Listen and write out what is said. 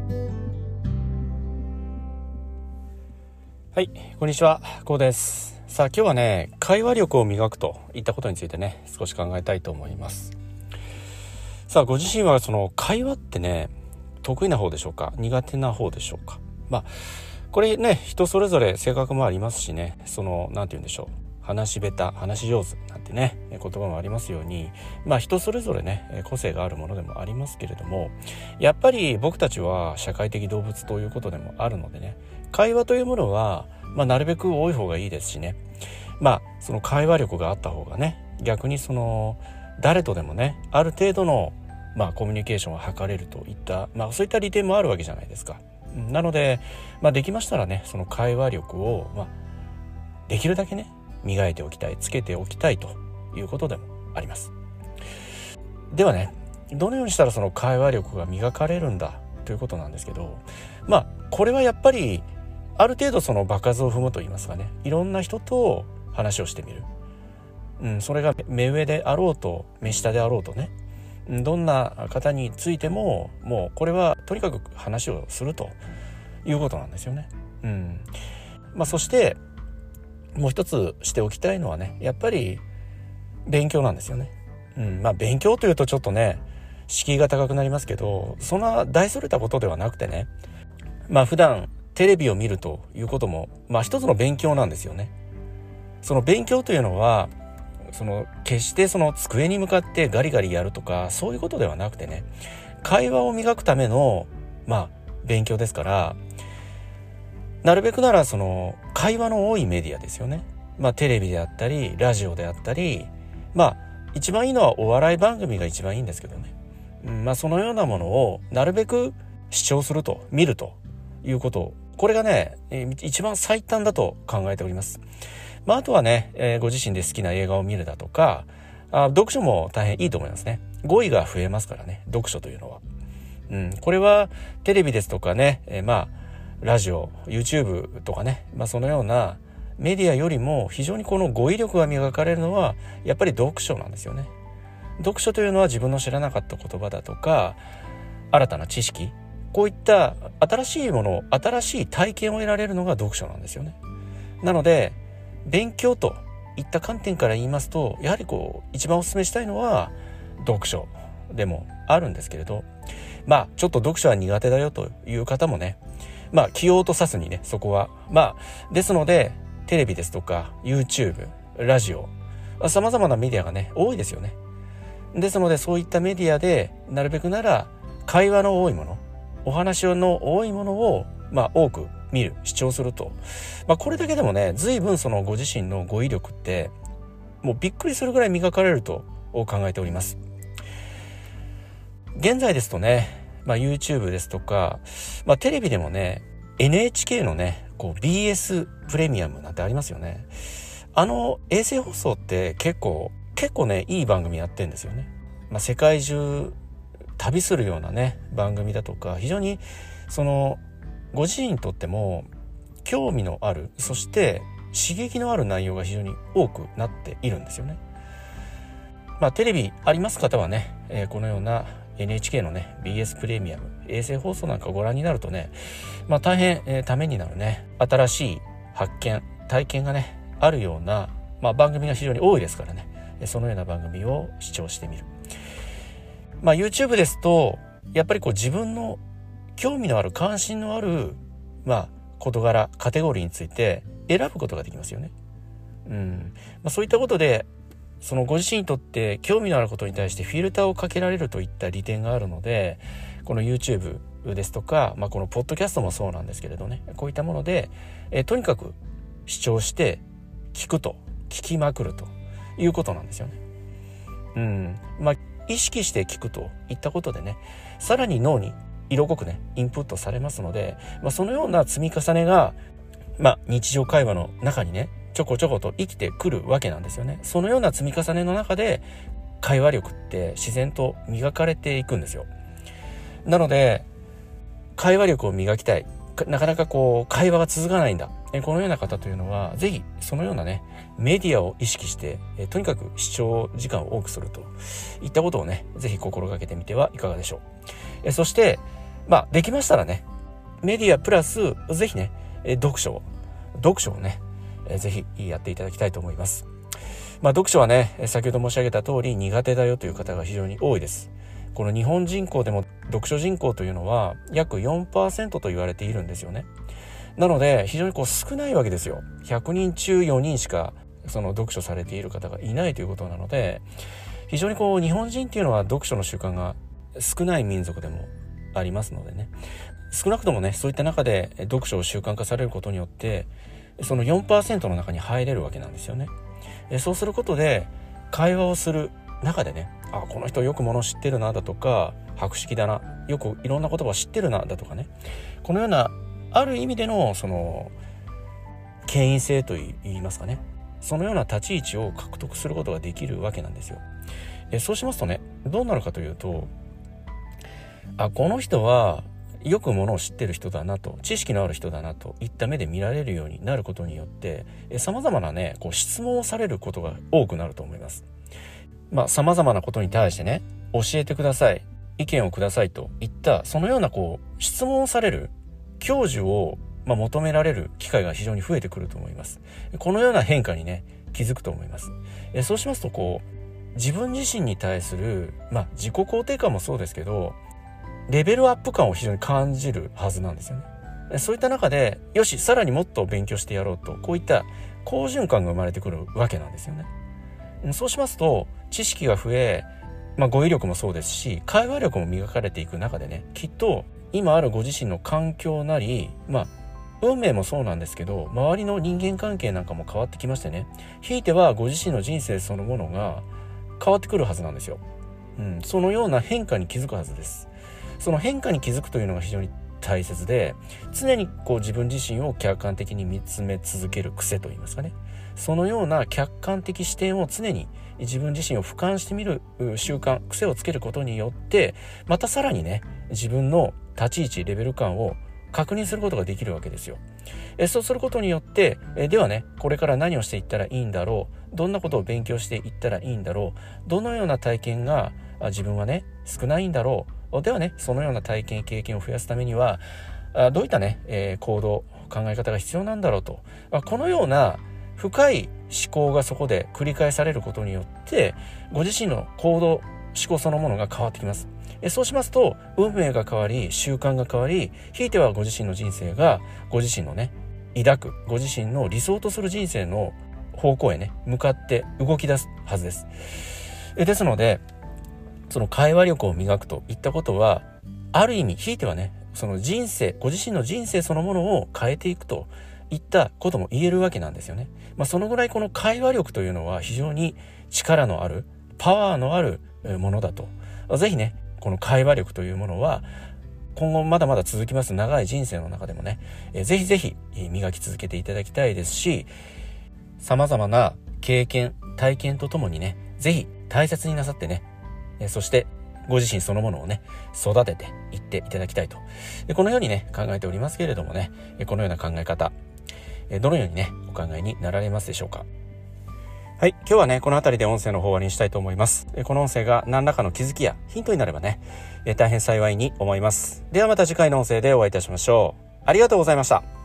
はい、こんにちは、こうです。さあ、今日はね、会話力を磨くといったことについてね、少し考えたいと思います。さあ、ご自身はその会話ってね、得意な方でしょうか、苦手な方でしょうか。これね、人それぞれ性格もありますしね、なんて言うんでしょう、話し下手、話し上手なんてね、言葉もありますように、人それぞれね、個性があるものでもありますけれども、やっぱり僕たちは社会的動物ということでもあるのでね、会話というものは、なるべく多い方がいいですしね、その会話力があった方がね、逆に誰とでもね、ある程度のコミュニケーションを図れるといった、そういった利点もあるわけじゃないですか。なので、できましたらね、その会話力を、できるだけね、磨いておきたい、つけておきたいということでもあります。ではね、どのようにしたらその会話力が磨かれるんだということなんですけど、これはやっぱりある程度その場数を踏むといいますかね、いろんな人と話をしてみる、それが目上であろうと目下であろうとね、どんな方についても、もうこれはとにかく話をするということなんですよね。そしてもう一つしておきたいのはね、やっぱり勉強なんですよね。勉強というとちょっとね、敷居が高くなりますけど、そんな大それたことではなくてね、普段テレビを見るということも、一つの勉強なんですよね。その勉強というのは、決して机に向かってガリガリやるとか、そういうことではなくてね、会話を磨くための勉強ですから、なるべくなら会話の多いメディアですよね。テレビであったりラジオであったり、一番いいのはお笑い番組が一番いいんですけどね、そのようなものをなるべく視聴すると、見るということ、これがね、一番最短だと考えております。あとはね、ご自身で好きな映画を見るだとか、読書も大変いいと思いますね。語彙が増えますからね、読書というのは。これはテレビですとかね、ラジオ、YouTube とかね、そのようなメディアよりも非常にこの語彙力が磨かれるのはやっぱり読書なんですよね。読書というのは自分の知らなかった言葉だとか、新たな知識、こういった新しいもの、新しい体験を得られるのが読書なんですよね。なので勉強といった観点から言いますと、やはり一番お勧めしたいのは読書でもあるんですけれど、ちょっと読書は苦手だよという方もね、気を落とさずにね、そこはですのでテレビですとか YouTube、ラジオ、様々なメディアがね多いですよね。ですのでそういったメディアでなるべくなら会話の多いもの、お話の多いものを多く見る、視聴すると、これだけでもね、随分ご自身の語彙力ってもうびっくりするぐらい磨かれると考えております。現在ですとね、YouTube ですとか、テレビでもね、NHK のねBS プレミアムなんてありますよね。衛星放送って結構ね、いい番組やってんですよね。世界中旅するようなね番組だとか、非常にご自身にとっても興味のある、そして刺激のある内容が非常に多くなっているんですよね。テレビあります方はね、このような NHK のね BS プレミアム、衛星放送なんかご覧になるとね、大変、ためになるね、新しい発見、体験がねあるような、番組が非常に多いですからね、そのような番組を視聴してみる。YouTube ですとやっぱり自分の興味のある、関心のある事柄、カテゴリーについて選ぶことができますよね。そういったことでご自身にとって興味のあることに対してフィルターをかけられるといった利点があるので、この YouTube ですとか、このポッドキャストもそうなんですけれどね、こういったもので、とにかく視聴して聞きまくるということなんですよね。意識して聞くといったことでね、さらに脳に色濃くねインプットされますので、そのような積み重ねが、日常会話の中にねちょこちょこと生きてくるわけなんですよね。そのような積み重ねの中で会話力って自然と磨かれていくんですよ。なので会話力を磨きたい、なかなか会話が続かないんだ、このような方というのはぜひそのようなねメディアを意識して、とにかく視聴時間を多くするといったことをねぜひ心がけてみてはいかがでしょう。そしてできましたらね、メディアプラスぜひね、読書をね、ぜひやっていただきたいと思います。読書はね、先ほど申し上げた通り苦手だよという方が非常に多いです。この日本人口でも読書人口というのは約 4% と言われているんですよね。なので非常に少ないわけですよ。100人中4人しかその読書されている方がいないということなので、非常に日本人っていうのは読書の習慣が少ない民族でもありますのでね、少なくともねそういった中で読書を習慣化されることによってその 4% の中に入れるわけなんですよね。そうすることで会話をする中でね、この人よくもの知ってるなだとか、博識だな、よくいろんな言葉を知ってるなだとかね、このようなある意味でのその権威性といいますかね、そのような立ち位置を獲得することができるわけなんですよ。そうしますとね、どうなるかというと、この人はよくものを知ってる人だなと、知識のある人だなといった目で見られるようになることによって、様々なね質問をされることが多くなると思います。様々なことに対してね、教えてください、意見をくださいといったそのような質問をされる、教授を求められる機会が非常に増えてくると思います。このような変化にね気づくと思います。そうしますと自分自身に対する自己肯定感もそうですけど、レベルアップ感を非常に感じるはずなんですよね。そういった中でよし、さらにもっと勉強してやろうと、こういった好循環が生まれてくるわけなんですよね。そうしますと知識が増え、語彙力もそうですし会話力も磨かれていく中でね、きっと今あるご自身の環境なり運命もそうなんですけど、周りの人間関係なんかも変わってきましてね、ひいてはご自身の人生そのものが変わってくるはずなんですよ。そのような変化に気づくはずです。その変化に気づくというのが非常に大切で、常に自分自身を客観的に見つめ続ける癖といいますかね、そのような客観的視点を常に自分自身を俯瞰してみる習慣、癖をつけることによって、またさらにね自分の立ち位置、レベル感を確認することができるわけですよ。そうすることによってではね、これから何をしていったらいいんだろう、どんなことを勉強していったらいいんだろう、どのような体験が自分はね少ないんだろう、ではねそのような体験経験を増やすためにはどういったね、行動、考え方が必要なんだろうと、このような深い思考がそこで繰り返されることによってご自身の行動、思考そのものが変わってきます。そうしますと運命が変わり、習慣が変わり、ひいてはご自身の人生がご自身のね抱くご自身の理想とする人生の方向へね向かって動き出すはずです。ですのでその会話力を磨くといったことは、ある意味ひいてはねその人生、ご自身の人生そのものを変えていくといったことも言えるわけなんですよね。そのぐらいこの会話力というのは非常に力のある、パワーのあるものだと。ぜひねこの会話力というものは今後まだまだ続きます長い人生の中でもね、ぜひぜひ磨き続けていただきたいですし、様々な経験、体験とともにねぜひ大切になさってね、そしてご自身そのものをね育てていっていただきたいと、このようにね考えておりますけれどもね、このような考え方どのようにねお考えになられますでしょうか。はい、今日はねこの辺りで音声の方終わりにしたいと思います。この音声が何らかの気づきやヒントになればね大変幸いに思います。ではまた次回の音声でお会いいたしましょう。ありがとうございました。